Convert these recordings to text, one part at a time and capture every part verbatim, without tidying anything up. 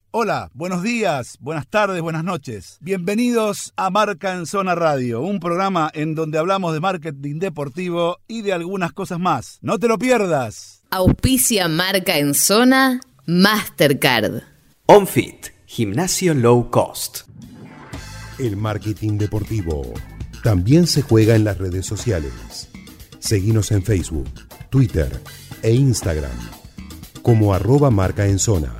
Hola, buenos días, buenas tardes, buenas noches. Bienvenidos a Marca en Zona Radio, un programa en donde hablamos de marketing deportivo y de algunas cosas más. ¡No te lo pierdas! Auspicia Marca en Zona Mastercard. OnFit, gimnasio low cost. El marketing deportivo también se juega en las redes sociales. Seguinos en Facebook, Twitter e Instagram como arroba Marca en Zona.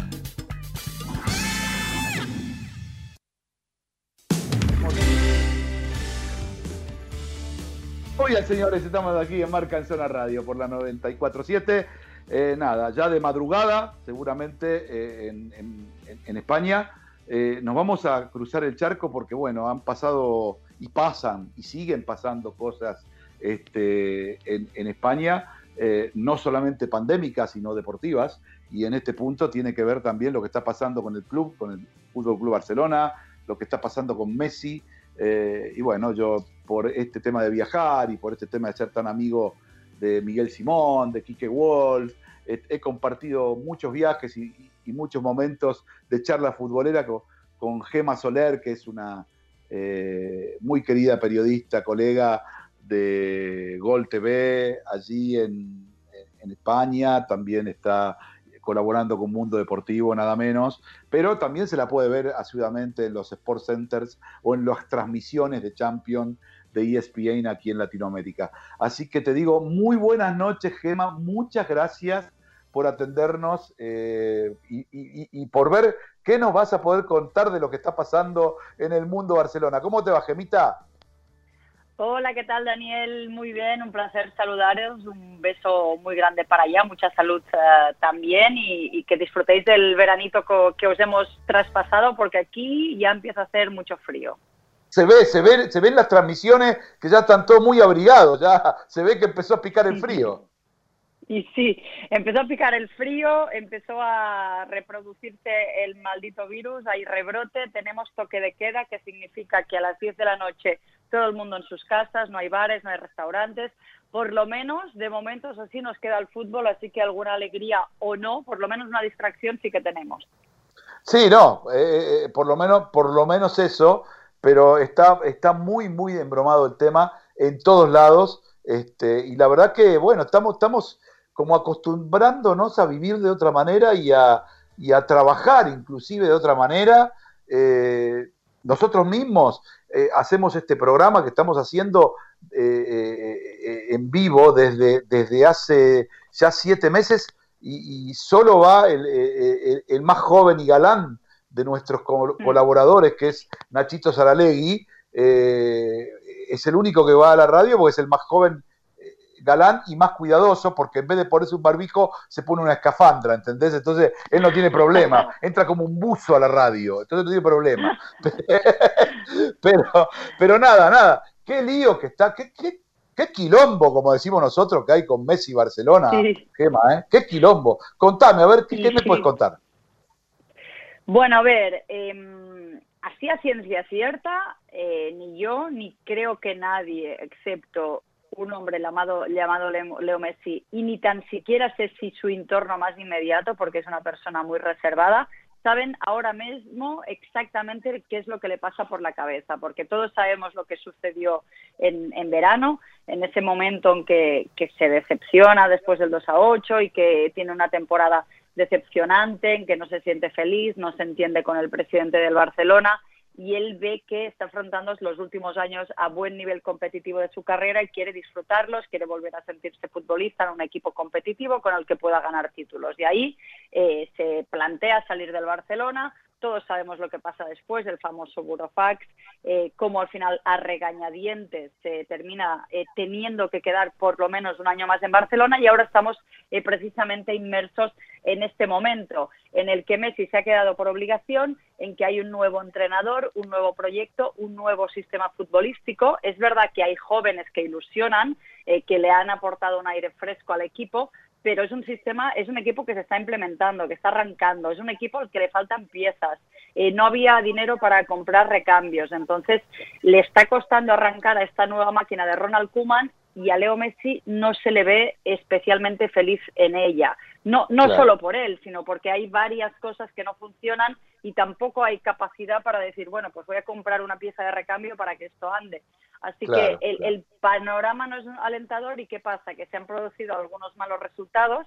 Muy bien, señores, estamos aquí en Marca en Zona Radio por la noventa y cuatro punto siete. Eh, nada, ya de madrugada, seguramente eh, en, en, en España. Eh, nos vamos a cruzar el charco porque, bueno, han pasado y pasan y siguen pasando cosas este, en, en España, eh, no solamente pandémicas, sino deportivas. Y en este punto tiene que ver también lo que está pasando con el club, con el Fútbol Club Barcelona, lo que está pasando con Messi. Eh, y bueno, yo por este tema de viajar y por este tema de ser tan amigo de Miguel Simón, de Quique Wolf, he, he compartido muchos viajes y, y muchos momentos de charla futbolera con, con Gema Soler, que es una eh, muy querida periodista, colega de Gol T V allí en, en España, también está colaborando con Mundo Deportivo, nada menos, pero también se la puede ver asiduamente en los Sport Centers o en las transmisiones de Champions de E S P N aquí en Latinoamérica. Así que te digo, muy buenas noches, Gema, muchas gracias por atendernos eh, y, y, y por ver qué nos vas a poder contar de lo que está pasando en el mundo Barcelona. ¿Cómo te va, Gemita? Hola, ¿qué tal, Daniel? Muy bien, un placer saludaros, un beso muy grande para allá, mucha salud uh, también y, y que disfrutéis del veranito co- que os hemos traspasado porque aquí ya empieza a hacer mucho frío. Se ve, se ve, se ven las transmisiones que ya están todos muy abrigados, ya se ve que empezó a picar el frío. Y sí, empezó a picar el frío, empezó a reproducirse el maldito virus, hay rebrote, tenemos toque de queda, que significa que a las diez de la noche todo el mundo en sus casas, no hay bares, no hay restaurantes, por lo menos de momento eso sí nos queda el fútbol, así que alguna alegría o no, por lo menos una distracción sí que tenemos. Sí, no, eh, por lo menos, por lo menos eso, pero está, está muy, muy embromado el tema en todos lados, este, y la verdad que, bueno, estamos, estamos como acostumbrándonos a vivir de otra manera y a, y a trabajar inclusive de otra manera. Eh, nosotros mismos eh, hacemos este programa que estamos haciendo eh, eh, en vivo desde, desde hace ya siete meses y, y solo va el, el, el más joven y galán de nuestros co- colaboradores, que es Nachito Saralegui, eh, es el único que va a la radio porque es el más joven, galán y más cuidadoso, porque en vez de ponerse un barbijo se pone una escafandra, ¿entendés? Entonces él no tiene problema, entra como un buzo a la radio, entonces no tiene problema. Pero, pero nada, nada, qué lío que está, qué, qué, qué quilombo, como decimos nosotros, que hay con Messi y Barcelona, Sí. Gema, ¿eh? Qué quilombo. Contame, a ver, ¿qué, Sí, qué me sí. puedes contar? Bueno, a ver, eh, así a ciencia cierta, eh, ni yo, ni creo que nadie, excepto un hombre llamado, llamado Leo Messi, y ni tan siquiera sé si su entorno más inmediato, porque es una persona muy reservada, saben ahora mismo exactamente qué es lo que le pasa por la cabeza, porque todos sabemos lo que sucedió en, en verano, en ese momento en que, que se decepciona después del dos a ocho y que tiene una temporada decepcionante, en que no se siente feliz, no se entiende con el presidente del Barcelona, y él ve que está afrontando los últimos años a buen nivel competitivo de su carrera y quiere disfrutarlos, quiere volver a sentirse futbolista en un equipo competitivo con el que pueda ganar títulos. Y ahí eh, se plantea salir del Barcelona. Todos sabemos lo que pasa después, el famoso burofax, eh, cómo al final a regañadientes se termina eh, teniendo que quedar por lo menos un año más en Barcelona, y ahora estamos eh, precisamente inmersos en este momento en el que Messi se ha quedado por obligación, en que hay un nuevo entrenador, un nuevo proyecto, un nuevo sistema futbolístico. Es verdad que hay jóvenes que ilusionan, eh, que le han aportado un aire fresco al equipo, pero es un sistema, es un equipo que se está implementando, que está arrancando, es un equipo al que le faltan piezas, eh, no había dinero para comprar recambios, entonces le está costando arrancar a esta nueva máquina de Ronald Koeman, y a Leo Messi no se le ve especialmente feliz en ella. No, no claro. Solo por él, sino porque hay varias cosas que no funcionan y tampoco hay capacidad para decir, bueno, pues voy a comprar una pieza de recambio para que esto ande. Así Claro, que el, claro. el panorama no es alentador. ¿Y qué pasa? Que se han producido algunos malos resultados,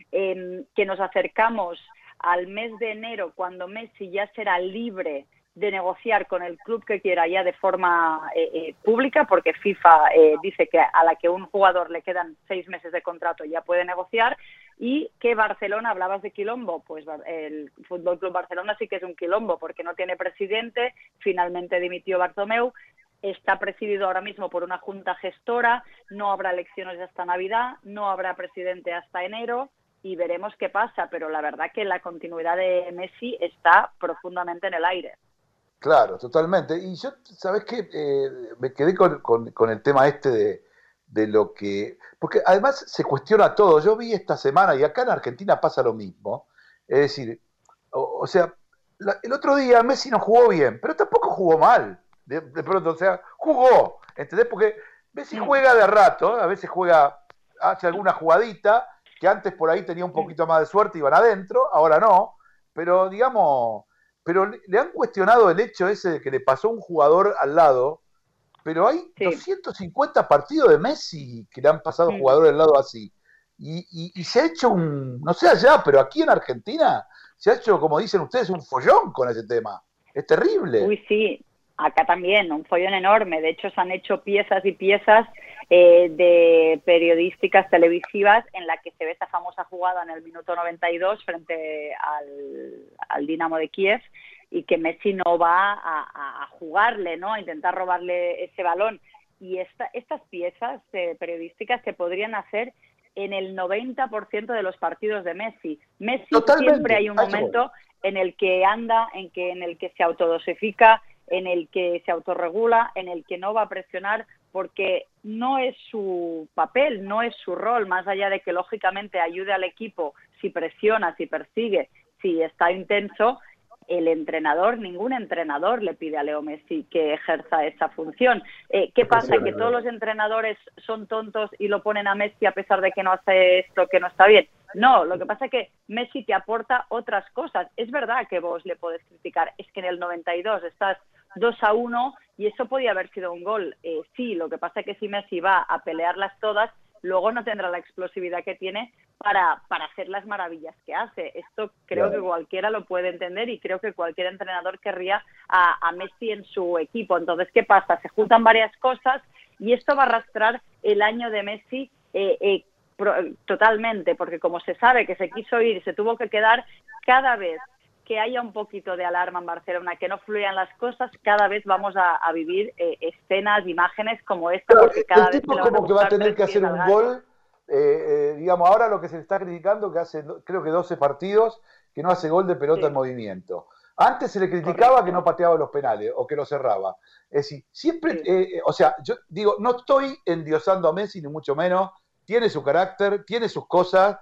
eh, que nos acercamos al mes de enero, cuando Messi ya será libre de negociar con el club que quiera ya de forma eh, eh, pública, porque FIFA eh, dice que a la que un jugador le quedan seis meses de contrato ya puede negociar, y que Barcelona, hablabas de quilombo, pues el Fútbol Club Barcelona sí que es un quilombo, porque no tiene presidente, finalmente dimitió Bartomeu, está presidido ahora mismo por una junta gestora, no habrá elecciones hasta Navidad, no habrá presidente hasta enero, y veremos qué pasa, pero la verdad que la continuidad de Messi está profundamente en el aire. Claro, totalmente. Y yo, ¿sabés qué? Eh, me quedé con, con, con el tema este de, de lo que... Porque además se cuestiona todo. Yo vi esta semana, y acá en Argentina pasa lo mismo, es decir, o, o sea, la, el otro día Messi no jugó bien, pero tampoco jugó mal, de, de pronto, o sea, jugó, ¿entendés? Porque Messi juega de rato, a veces juega, hace alguna jugadita, que antes por ahí tenía un poquito más de suerte, iban adentro, ahora no, pero digamos... Pero le han cuestionado el hecho ese de que le pasó un jugador al lado, pero hay sí. doscientos cincuenta partidos de Messi que le han pasado sí. jugadores al lado así. Y, y, y se ha hecho un, no sé allá, pero aquí en Argentina se ha hecho, como dicen ustedes, un follón con ese tema. Es terrible. Uy, sí, acá también, un follón enorme. De hecho, se han hecho piezas y piezas eh, de periodísticas televisivas en la que se ve esa famosa jugada en el minuto noventa y dos frente al, al Dinamo de Kiev, y que Messi no va a, a jugarle, ¿no? A intentar robarle ese balón. Y esta, estas piezas eh, periodísticas se podrían hacer en el noventa por ciento de los partidos de Messi. Messi Totalmente. Siempre hay un momento en el que anda, en que en el que se autodosifica, en el que se autorregula, en el que no va a presionar, porque no es su papel, no es su rol, más allá de que lógicamente ayude al equipo si presiona, si persigue, si está intenso. El entrenador, ningún entrenador le pide a Leo Messi que ejerza esa función. Eh, ¿Qué pasa? ¿Que todos los entrenadores son tontos y lo ponen a Messi a pesar de que no hace esto que no está bien? No, lo que pasa es que Messi te aporta otras cosas. Es verdad que vos le podés criticar, es que en el noventa y dos estás dos a uno y eso podía haber sido un gol. Eh, sí, lo que pasa es que si Messi va a pelearlas todas, luego no tendrá la explosividad que tiene para, para hacer las maravillas que hace. Esto creo claro. que cualquiera lo puede entender, y creo que cualquier entrenador querría a, a Messi en su equipo. Entonces, ¿qué pasa? Se juntan varias cosas y esto va a arrastrar el año de Messi eh, eh, pro, totalmente, porque como se sabe que se quiso ir y se tuvo que quedar, cada vez que haya un poquito de alarma en Barcelona, que no fluyan las cosas, cada vez vamos a, a vivir eh, escenas, imágenes como esta, claro, porque cada el vez tipo se como que va a tener que hacer un gol, eh, eh, digamos, ahora lo que se le está criticando, que hace creo que doce partidos, que no hace gol de pelota sí. en movimiento. Antes se le criticaba Correcto. que no pateaba los penales o que los cerraba. Es decir, siempre, sí. eh, o sea, yo digo, no estoy endiosando a Messi, ni mucho menos, tiene su carácter, tiene sus cosas,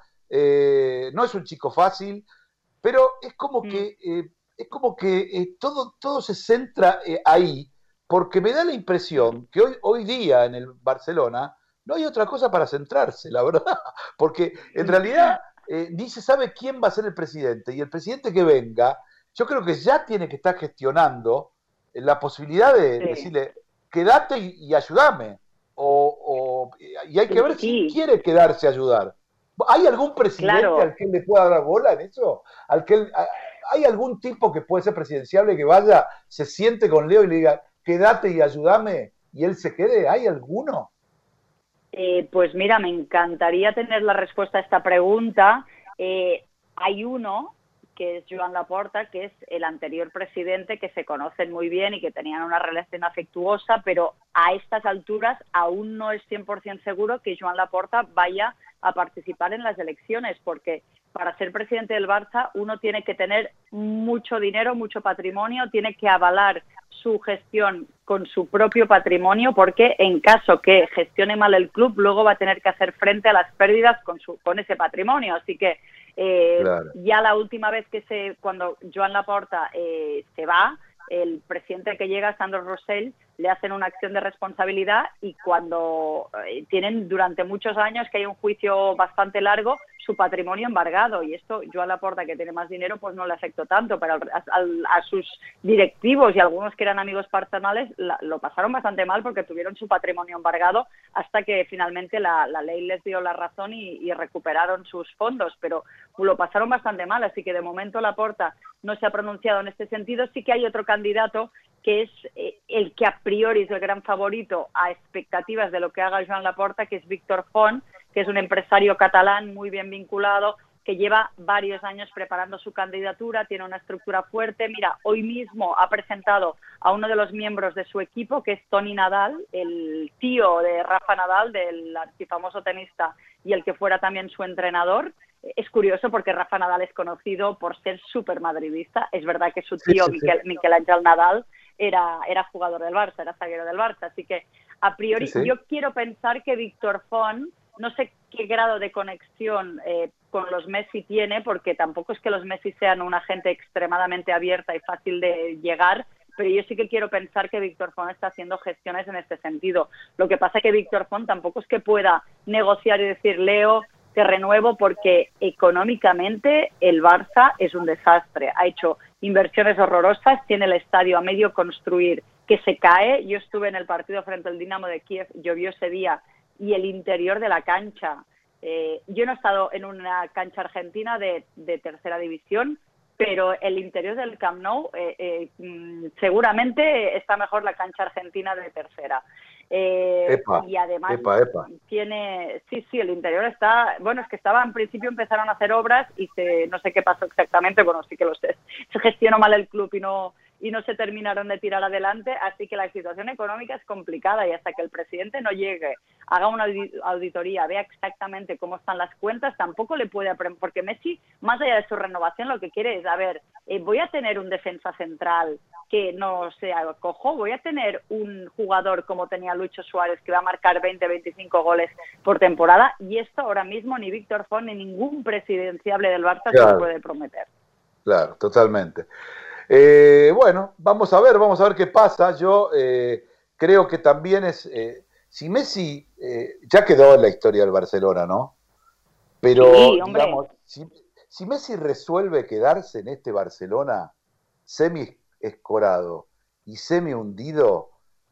eh, no es un chico fácil, pero es como mm. que eh, es como que eh, todo, todo se centra eh, ahí, porque me da la impresión que hoy, hoy día en el Barcelona no hay otra cosa para centrarse, la verdad, porque en realidad eh, ni se sabe quién va a ser el presidente, y el presidente que venga, yo creo que ya tiene que estar gestionando la posibilidad de sí. decirle, quédate y, y ayúdame, o, o, y hay que sí, ver sí. si quiere quedarse a ayudar. ¿Hay algún presidente claro. al que le pueda dar bola en eso? ¿Al que, ¿Hay algún tipo que puede ser presidenciable que vaya, se siente con Leo y le diga, quédate y ayúdame, y él se quede? ¿Hay alguno? Eh, pues mira, me encantaría tener la respuesta a esta pregunta. Eh, hay uno, que es Joan Laporta, que es el anterior presidente, que se conocen muy bien y que tenían una relación afectuosa, pero a estas alturas aún no es cien por ciento seguro que Joan Laporta vaya a participar en las elecciones, porque para ser presidente del Barça uno tiene que tener mucho dinero, mucho patrimonio, tiene que avalar su gestión con su propio patrimonio, porque en caso que gestione mal el club, luego va a tener que hacer frente a las pérdidas con, su, con ese patrimonio. Así que eh, claro. ya la última vez que se, cuando Joan Laporta eh, se va, el presidente que llega, Sandro Rosell, le hacen una acción de responsabilidad, y cuando eh, tienen durante muchos años, que hay un juicio bastante largo, su patrimonio embargado, y esto Joan Laporta, que tiene más dinero, pues no le afectó tanto, pero a, a, a sus directivos y algunos que eran amigos personales la, lo pasaron bastante mal porque tuvieron su patrimonio embargado hasta que finalmente la, la ley les dio la razón y, y recuperaron sus fondos, pero lo pasaron bastante mal, así que de momento Laporta no se ha pronunciado en este sentido. Sí que hay otro candidato que es eh, el que a priori es el gran favorito a expectativas de lo que haga Joan Laporta, que es Víctor Font, que es un empresario catalán muy bien vinculado, que lleva varios años preparando su candidatura, tiene una estructura fuerte. Mira, hoy mismo ha presentado a uno de los miembros de su equipo, que es Toni Nadal, el tío de Rafa Nadal, del archifamoso tenista, y el que fuera también su entrenador. Es curioso porque Rafa Nadal es conocido por ser súper madridista. Es verdad que su tío, sí, sí, Miquel, sí. Miquel Ángel Nadal, era, era jugador del Barça, era zaguero del Barça. Así que, a priori, sí, sí. yo quiero pensar que Víctor Font, no sé qué grado de conexión eh, con los Messi tiene, porque tampoco es que los Messi sean una gente extremadamente abierta y fácil de llegar, pero yo sí que quiero pensar que Víctor Font está haciendo gestiones en este sentido. Lo que pasa es que Víctor Font tampoco es que pueda negociar y decir, Leo, te renuevo, porque económicamente el Barça es un desastre. Ha hecho inversiones horrorosas, tiene el estadio a medio construir que se cae. Yo estuve en el partido frente al Dinamo de Kiev, llovió ese día, y el interior de la cancha. Eh, yo no he estado en una cancha argentina de, de tercera división, pero el interior del Camp Nou eh, eh, seguramente está mejor la cancha argentina de tercera. Eh, epa, y además epa, epa. tiene, sí, sí, el interior está, bueno, es que estaba, en principio empezaron a hacer obras y se, no sé qué pasó exactamente, bueno, sí que lo sé, se gestionó mal el club y no, y no se terminaron de tirar adelante, así que la situación económica es complicada, y hasta que el presidente no llegue, haga una auditoría, vea exactamente cómo están las cuentas, tampoco le puede aprender, porque Messi, más allá de su renovación, lo que quiere es, a ver, eh, voy a tener un defensa central que no sea cojo, voy a tener un jugador como tenía Lucho Suárez que va a marcar veinte, veinticinco goles por temporada, y esto ahora mismo ni Víctor Font ni ningún presidenciable del Barça claro. se lo puede prometer. Claro, totalmente. Eh, bueno, vamos a ver, vamos a ver qué pasa. Yo eh, creo que también es, eh, si Messi eh, ya quedó en la historia del Barcelona, ¿no? Pero, sí, digamos, si, si Messi resuelve quedarse en este Barcelona semi escorado y semi hundido,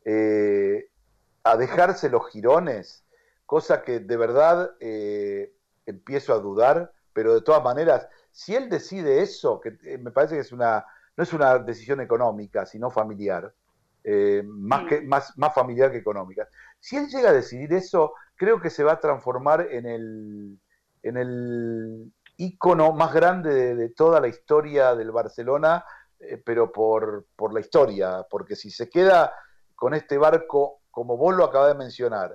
eh, a dejarse los jirones, cosa que de verdad eh, empiezo a dudar, pero de todas maneras, si él decide eso, que eh, me parece que es una, no es una decisión económica, sino familiar, eh, más, que, más, más familiar que económica. Si él llega a decidir eso, creo que se va a transformar en el, en el ícono más grande de, de toda la historia del Barcelona, eh, pero por, por la historia, porque si se queda con este barco, como vos lo acabás de mencionar,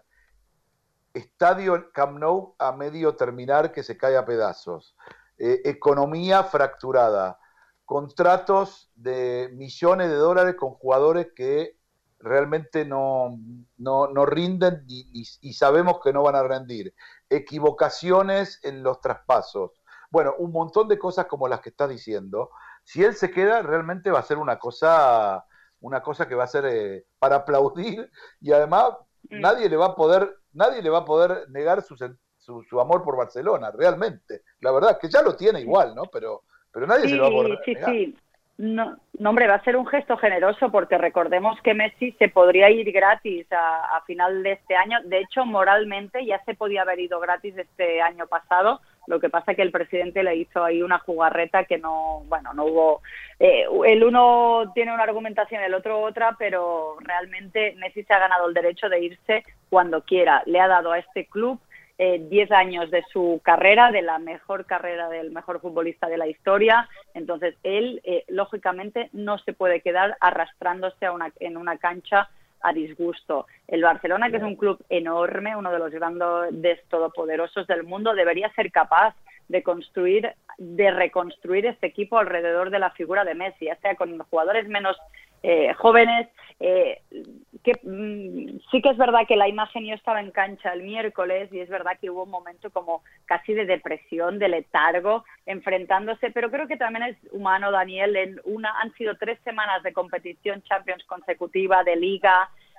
estadio Camp Nou a medio terminar que se cae a pedazos, eh, economía fracturada, contratos de millones de dólares con jugadores que realmente no, no, no rinden y, y, y sabemos que no van a rendir, equivocaciones en los traspasos, bueno, un montón de cosas como las que estás diciendo. Si él se queda, realmente va a ser una cosa, una cosa que va a ser eh, para aplaudir, y además mm. nadie le va a poder, nadie le va a poder negar su, su, su amor por Barcelona, realmente. La verdad que ya lo tiene igual, ¿no? Pero, pero nadie sí, se lo va a poder sí, negar. Sí. No, no, hombre, va a ser un gesto generoso, porque recordemos que Messi se podría ir gratis a, a final de este año. De hecho, moralmente ya se podía haber ido gratis este año pasado. Lo que pasa es que el presidente le hizo ahí una jugarreta que no, bueno, no hubo... Eh, el uno tiene una argumentación, el otro otra, pero realmente Messi se ha ganado el derecho de irse cuando quiera. Le ha dado a este club diez eh, años de su carrera, de la mejor carrera del mejor futbolista de la historia. Entonces, él, eh, lógicamente, no se puede quedar arrastrándose a una, en una cancha a disgusto. El Barcelona, que es un club enorme, uno de los grandes todopoderosos del mundo, debería ser capaz de construir, de reconstruir este equipo alrededor de la figura de Messi, ya sea con jugadores menos eh, jóvenes. Eh, que mmm, sí que es verdad que la imagen, yo estaba en cancha el miércoles y es verdad que hubo un momento como casi de depresión, de letargo, enfrentándose, pero creo que también es humano, Daniel. En una, han sido tres semanas de competición Champions consecutiva, de Liga,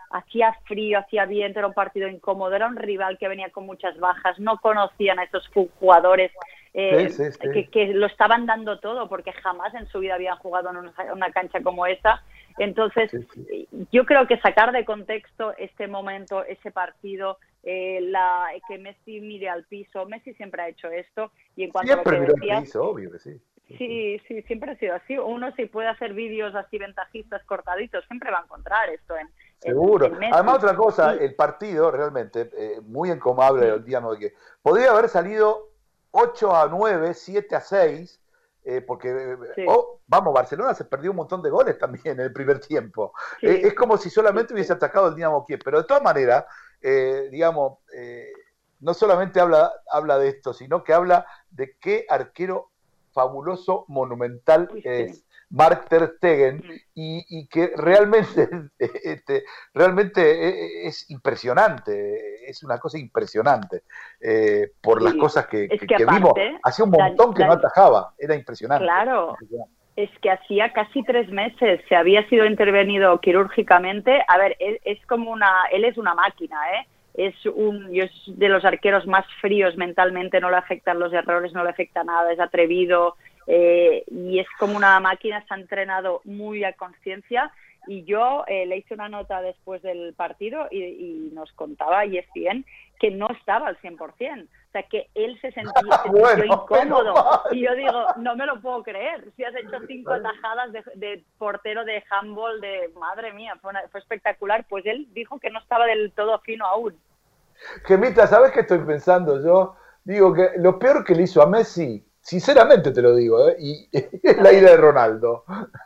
hacía frío, hacía viento, era un partido incómodo, era un rival que venía con muchas bajas, no conocían a esos jugadores eh, sí, sí, sí. Que, que lo estaban dando todo, porque jamás en su vida habían jugado en una, una cancha como esa. Entonces, sí, sí. yo creo que sacar de contexto este momento, ese partido, eh, la que Messi mire al piso, Messi siempre ha hecho esto, y en cuanto siempre a lo que decías, al piso, obvio que sí. Sí, sí, siempre ha sido así. Uno, si puede hacer vídeos así ventajistas, cortaditos, siempre va a encontrar esto en Seguro. En, en Messi. Además, otra cosa, sí. el partido realmente, eh, muy encomable, sí. digamos, que podría haber salido ocho a nueve, siete a seis, eh, porque, sí. oh, vamos, Barcelona se perdió un montón de goles también en el primer tiempo. Sí. Eh, es como si solamente sí, hubiese sí. atacado el Dinamo Kiev, pero de todas maneras, eh, digamos, eh, no solamente habla, habla de esto, sino que habla de qué arquero fabuloso, monumental sí. es Marc Ter Stegen, y, y que realmente, este, realmente es impresionante, es una cosa impresionante, eh, por sí. las cosas que, es que, que, que aparte, vimos. Hacía un montón Dan, que Dan, no atajaba, era impresionante. Claro, impresionante. Es que hacía casi tres meses se había sido intervenido quirúrgicamente. A ver, él, es como una, él es una máquina, ¿eh? Es un, yo es de los arqueros más fríos mentalmente, no le afectan los errores, no le afecta nada, es atrevido, eh, y es como una máquina, se ha entrenado muy a conciencia. Y yo eh, le hice una nota después del partido y, y nos contaba, y es bien, que no estaba al cien por ciento. O sea, que él se sentía, se bueno, sintió incómodo. Y yo digo, no me lo puedo creer. Si has hecho cinco atajadas de, de portero de handball, de madre mía, fue, una, fue espectacular. Pues él dijo que no estaba del todo fino aún. Gemita, ¿sabes qué estoy pensando yo? Digo que lo peor que le hizo a Messi, sinceramente te lo digo, ¿eh? Y es la ida de Ronaldo.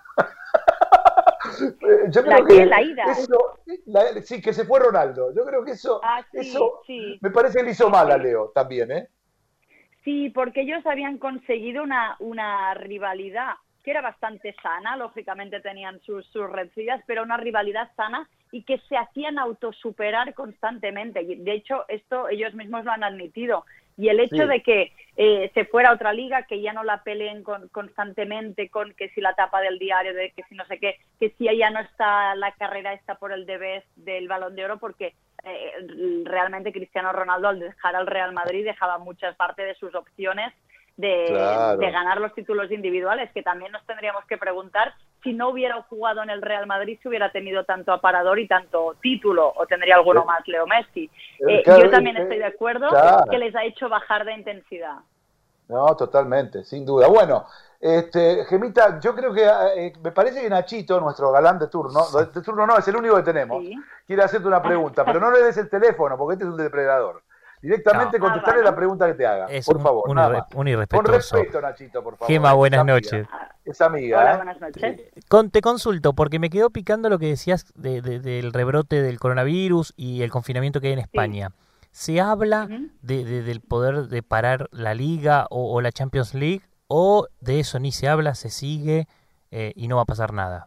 Yo creo ¿La que qué? ¿La ida? Eso, la, sí, que se fue Ronaldo. Yo creo que eso, ah, sí, eso sí. me parece que le hizo mal a Leo también, ¿eh? Sí, porque ellos habían conseguido una, una rivalidad que era bastante sana, lógicamente tenían sus, sus rencillas, pero una rivalidad sana y que se hacían autosuperar constantemente. De hecho, esto ellos mismos lo han admitido. Y el hecho sí. de que eh, se fuera a otra liga, que ya no la peleen con, constantemente con que si la tapa del diario, de que si no sé qué, que si ya no está la carrera está por el debés del Balón de Oro, porque eh, realmente Cristiano Ronaldo al dejar al Real Madrid dejaba muchas parte de sus opciones de, claro. de ganar los títulos individuales, que también nos tendríamos que preguntar si no hubiera jugado en el Real Madrid, si hubiera tenido tanto aparador y tanto título, o tendría alguno más Leo Messi. Eh, claro, yo también estoy de acuerdo claro. que les ha hecho bajar de intensidad. No, totalmente, sin duda. Bueno, este, Gemita, yo creo que eh, me parece que Nachito, nuestro galán de turno, de turno no, es el único que tenemos, sí. quiere hacerte una pregunta, pero no le des el teléfono, porque este es un depredador. Directamente no. contestarle ah, bueno. la pregunta que te haga, es por un, favor. Un, nada irre, más. un irrespetuoso. Con respeto, Nachito, por favor. Gema, buenas noches. Es amiga. Hola, ¿eh? buenas noches. Con, te consulto, porque me quedó picando lo que decías de, de, del rebrote del coronavirus y el confinamiento que hay en España. Sí. ¿Se habla uh-huh. de, de, del poder de parar la Liga o, o la Champions League, o de eso ni se habla, se sigue eh, y no va a pasar nada?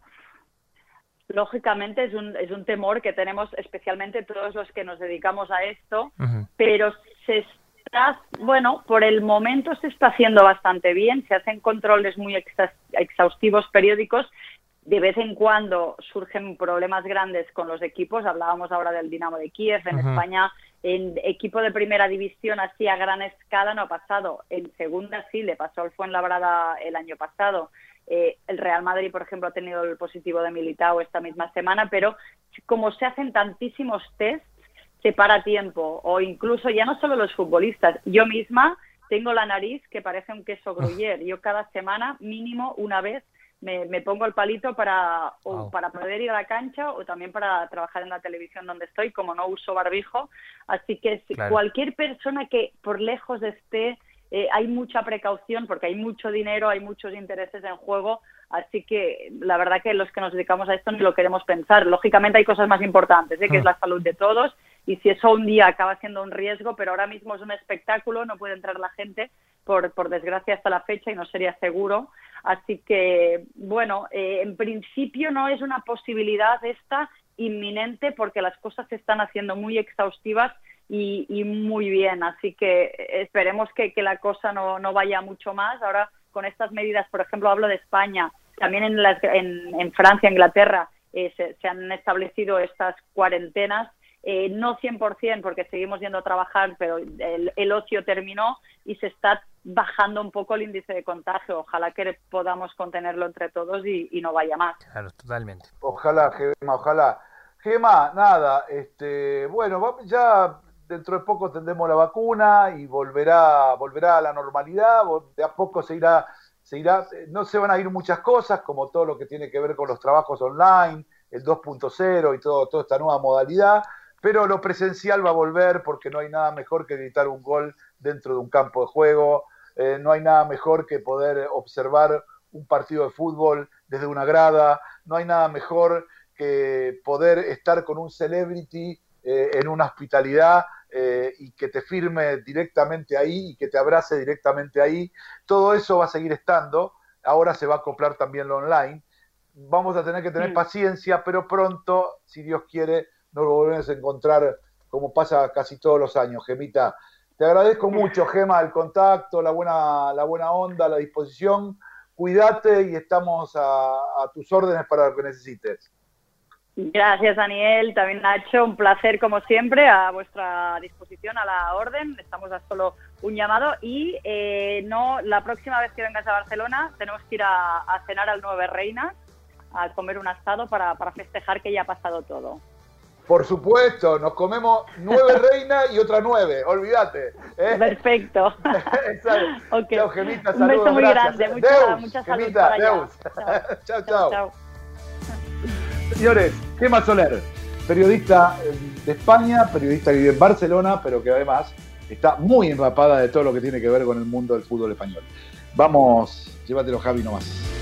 Lógicamente es un, es un temor que tenemos especialmente todos los que nos dedicamos a esto, uh-huh. pero se está, bueno, por el momento se está haciendo bastante bien, se hacen controles muy exa- exhaustivos periódicos, de vez en cuando surgen problemas grandes con los equipos, hablábamos ahora del Dinamo de Kiev, en uh-huh. España, en equipo de primera división así a gran escala no ha pasado, en segunda sí, le pasó al Fuenlabrada el año pasado. Eh, el Real Madrid, por ejemplo, ha tenido el positivo de Militao esta misma semana, pero como se hacen tantísimos tests, se para tiempo, o incluso ya no solo los futbolistas, yo misma tengo la nariz que parece un queso gruyère, yo cada semana mínimo una vez me, me pongo el palito para, o wow. para poder ir a la cancha o también para trabajar en la televisión donde estoy, como no uso barbijo, así que si claro. cualquier persona que por lejos esté, Eh, hay mucha precaución porque hay mucho dinero, hay muchos intereses en juego, así que la verdad que los que nos dedicamos a esto ni lo queremos pensar. Lógicamente hay cosas más importantes, ¿eh? que es la salud de todos, y si eso un día acaba siendo un riesgo, pero ahora mismo es un espectáculo, no puede entrar la gente, por, por desgracia hasta la fecha, y no sería seguro. Así que, bueno, eh, en principio no es una posibilidad esta inminente porque las cosas se están haciendo muy exhaustivas Y, y muy bien, así que esperemos que, que la cosa no, no vaya mucho más. Ahora con estas medidas, por ejemplo, hablo de España, también en, las, en, en Francia, Inglaterra, eh, se, se han establecido estas cuarentenas. Eh, no cien por ciento porque seguimos yendo a trabajar, pero el, el ocio terminó y se está bajando un poco el índice de contagio. Ojalá que podamos contenerlo entre todos y, y no vaya más. Claro, totalmente. Ojalá, Gema, ojalá. Gema, nada, este, bueno, ya dentro de poco tendremos la vacuna y volverá, volverá a la normalidad, de a poco se irá, se irá, no se van a ir muchas cosas, como todo lo que tiene que ver con los trabajos online, el dos punto cero y todo, toda esta nueva modalidad, pero lo presencial va a volver porque no hay nada mejor que gritar un gol dentro de un campo de juego, eh, no hay nada mejor que poder observar un partido de fútbol desde una grada, no hay nada mejor que poder estar con un celebrity eh, en una hospitalidad eh, y que te firme directamente ahí y que te abrace directamente ahí. Todo eso va a seguir estando, ahora se va a acoplar también lo online. Vamos a tener que tener sí. paciencia, pero pronto, si Dios quiere, nos volvemos a encontrar como pasa casi todos los años, Gemita. Te agradezco mucho, Gema, el contacto, la buena, la buena onda, la disposición. Cuídate y estamos a, a tus órdenes para lo que necesites. Gracias, Daniel. También, Nacho, un placer como siempre, a vuestra disposición, a la orden. Estamos a solo un llamado y eh, no la próxima vez que vengas a Barcelona tenemos que ir a, a cenar al Nueve Reinas, a comer un asado para, para festejar que ya ha pasado todo. Por supuesto, nos comemos nueve reinas y otra nueve, olvídate. ¿eh? Perfecto. Okay. Chao, Gemita, un saludos, beso muy gracias. grande, mucha, Deus, mucha salud Gemita, para allá. Chao, chao. chao. Señores, Gema Soler, periodista de España, periodista que vive en Barcelona, pero que además está muy empapada de todo lo que tiene que ver con el mundo del fútbol español. Vamos, llévatelo, Javi, nomás.